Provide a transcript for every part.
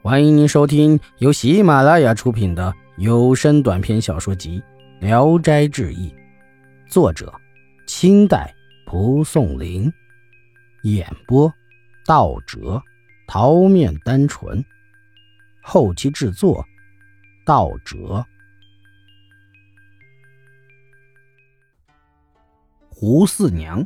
欢迎您收听由喜马拉雅出品的有声短篇小说集《聊斋志异》，作者清代蒲松龄，演播道哲、桃面单纯，后期制作道哲。胡四娘，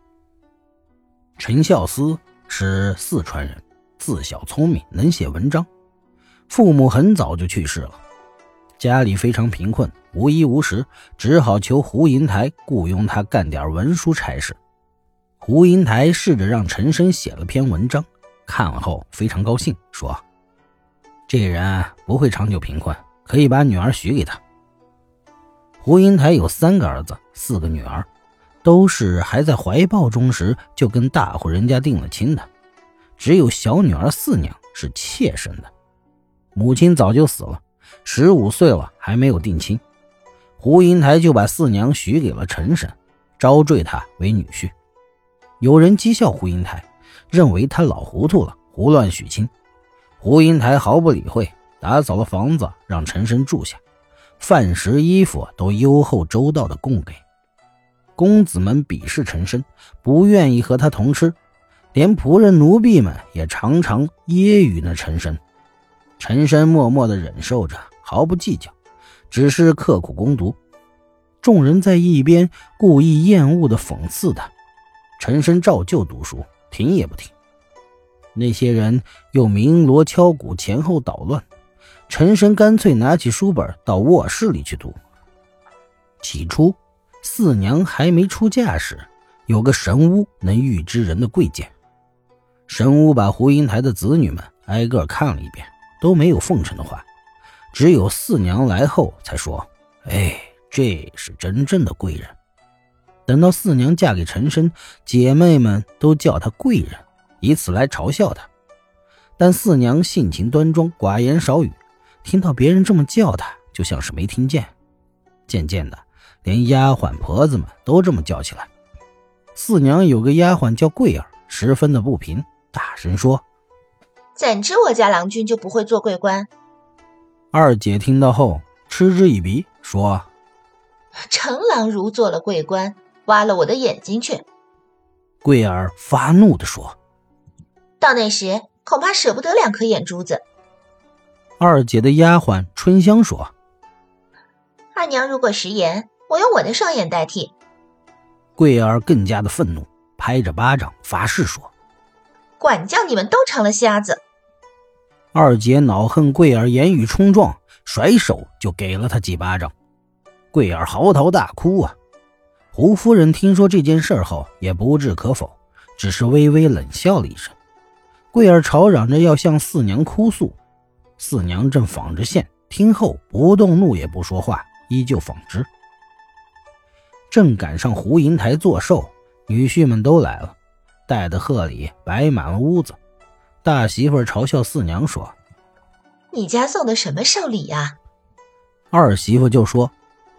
陈孝思是四川人，自小聪明，能写文章，父母很早就去世了，家里非常贫困，无衣无食，只好求胡银台雇佣他干点文书差事。胡银台试着让陈升写了篇文章，看完后非常高兴，说这人不会长久贫困，可以把女儿许给他。胡银台有3个儿子4个女儿，都是还在怀抱中时就跟大户人家定了亲的，只有小女儿四娘是妾生的，母亲早就死了，15岁了还没有定亲。胡银台就把四娘许给了陈升，招赘他为女婿。有人讥笑胡银台，认为他老糊涂了，胡乱许亲。胡银台毫不理会，打扫了房子让陈升住下，饭食衣服都优厚周到的供给。公子们鄙视陈升，不愿意和他同吃，连仆人奴婢们也常常揶揄那陈升。陈升默默地忍受着，毫不计较，只是刻苦攻读。众人在一边故意厌恶地讽刺他，陈升照旧读书，停也不停。那些人又鸣锣敲鼓，前后捣乱，陈升干脆拿起书本到卧室里去读。起初四娘还没出嫁时，有个神巫能预知人的贵贱。神巫把胡银台的子女们挨个看了一遍，都没有奉承的话，只有四娘来后才说，这是真正的贵人。等到四娘嫁给陈升，姐妹们都叫她贵人，以此来嘲笑她。但四娘性情端庄，寡言少语，听到别人这么叫她，就像是没听见。渐渐的，连丫鬟婆子们都这么叫起来。四娘有个丫鬟叫桂儿，十分的不平，大声说， 怎知我家郎君就不会做贵官？ 二姐听到后嗤之以鼻，说， 程郎如做了贵官，挖了我的眼睛去。 桂儿发怒地说， 到那时恐怕舍不得2颗眼珠子。 二姐的丫鬟春香说， 二娘如果食言，我用我的双眼代替。 桂儿更加的愤怒，拍着巴掌发誓说， 管教你们都成了瞎子。 二姐恼恨桂儿言语冲撞，甩手就给了她几巴掌。桂儿嚎啕大哭啊！胡夫人听说这件事后也不置可否，只是微微冷笑了一声。桂儿吵嚷着要向四娘哭诉，四娘正纺着线，听后不动怒也不说话，依旧纺织。正赶上胡银台做寿，女婿们都来了，带的贺礼摆满了屋子。大媳妇嘲笑四娘说， 你家送的什么寿礼呀？ 二媳妇就说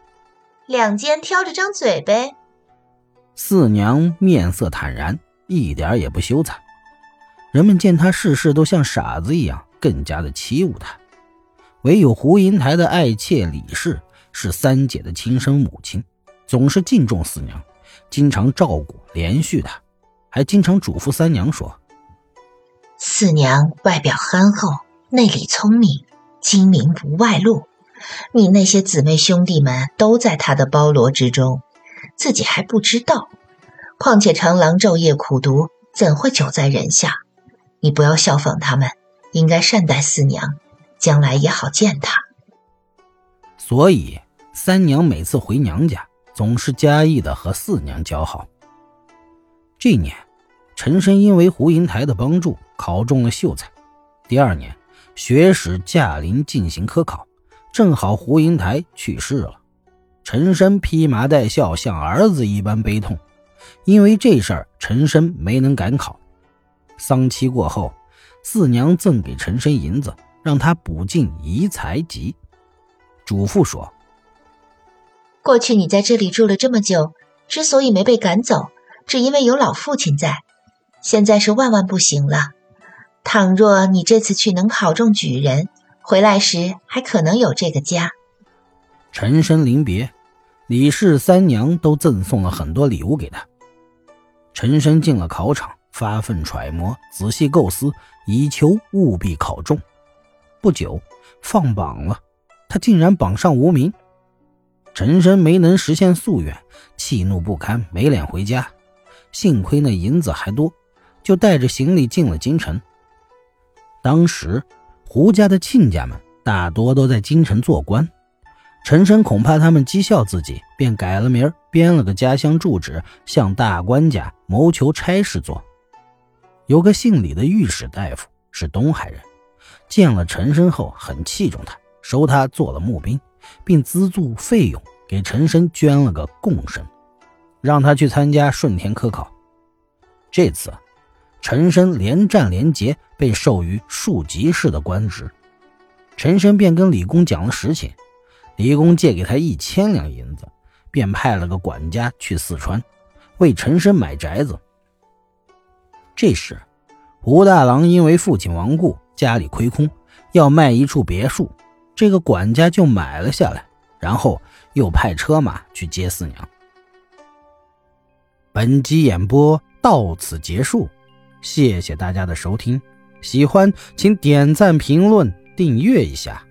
2间挑着张嘴呗。 四娘面色坦然，一点也不羞惭。人们见她事事都像傻子一样，更加的欺侮她。唯有胡银台的爱妾李氏是三姐的亲生母亲，总是敬重四娘，经常照顾连续她，还经常嘱咐三娘说， 四娘外表憨厚，内里聪明，精明不外露，你那些姊妹兄弟们都在她的包罗之中，自己还不知道。况且程郎昼夜苦读，怎会久在人下？你不要效仿他们，应该善待四娘，将来也好见她。 所以三娘每次回娘家，总是嘉义的和四娘交好。这年陈升因为胡银台的帮助考中了秀才，第2年学使驾临进行科考，正好胡银台去世了。陈升披麻戴孝，像儿子一般悲痛。因为这事儿，陈升没能赶考。丧期过后，四娘赠给陈升银子，让他补进遗才籍。嘱咐说， 过去你在这里住了这么久，之所以没被赶走，只因为有老父亲在，现在是万万不行了。 倘若你这次去能考中举人，回来时还可能有这个家。 陈升临别，李氏三娘都赠送了很多礼物给他。陈升进了考场，发奋揣摩，仔细构思，以求务必考中。不久放榜了，他竟然榜上无名。陈升没能实现夙愿，气怒不堪，没脸回家。幸亏那银子还多，就带着行李进了京城。当时胡家的亲家们大多都在京城做官，陈升恐怕他们讥笑自己，便改了名，编了个家乡住址，向大官家谋求差事做。有个姓李的御史大夫是东海人，见了陈升后很器重他，收他做了募兵，并资助费用，给陈升捐了个贡生，让他去参加顺天科考。这次陈升连战连捷，被授予庶吉士的官职。陈升便跟李公讲了实情，李公借给他1000两银子，便派了个管家去四川为陈升买宅子。这时胡大郎因为父亲亡故，家里亏空，要卖一处别墅，这个管家就买了下来，然后又派车马去接四娘。本集演播到此结束，谢谢大家的收听，喜欢请点赞评论订阅一下。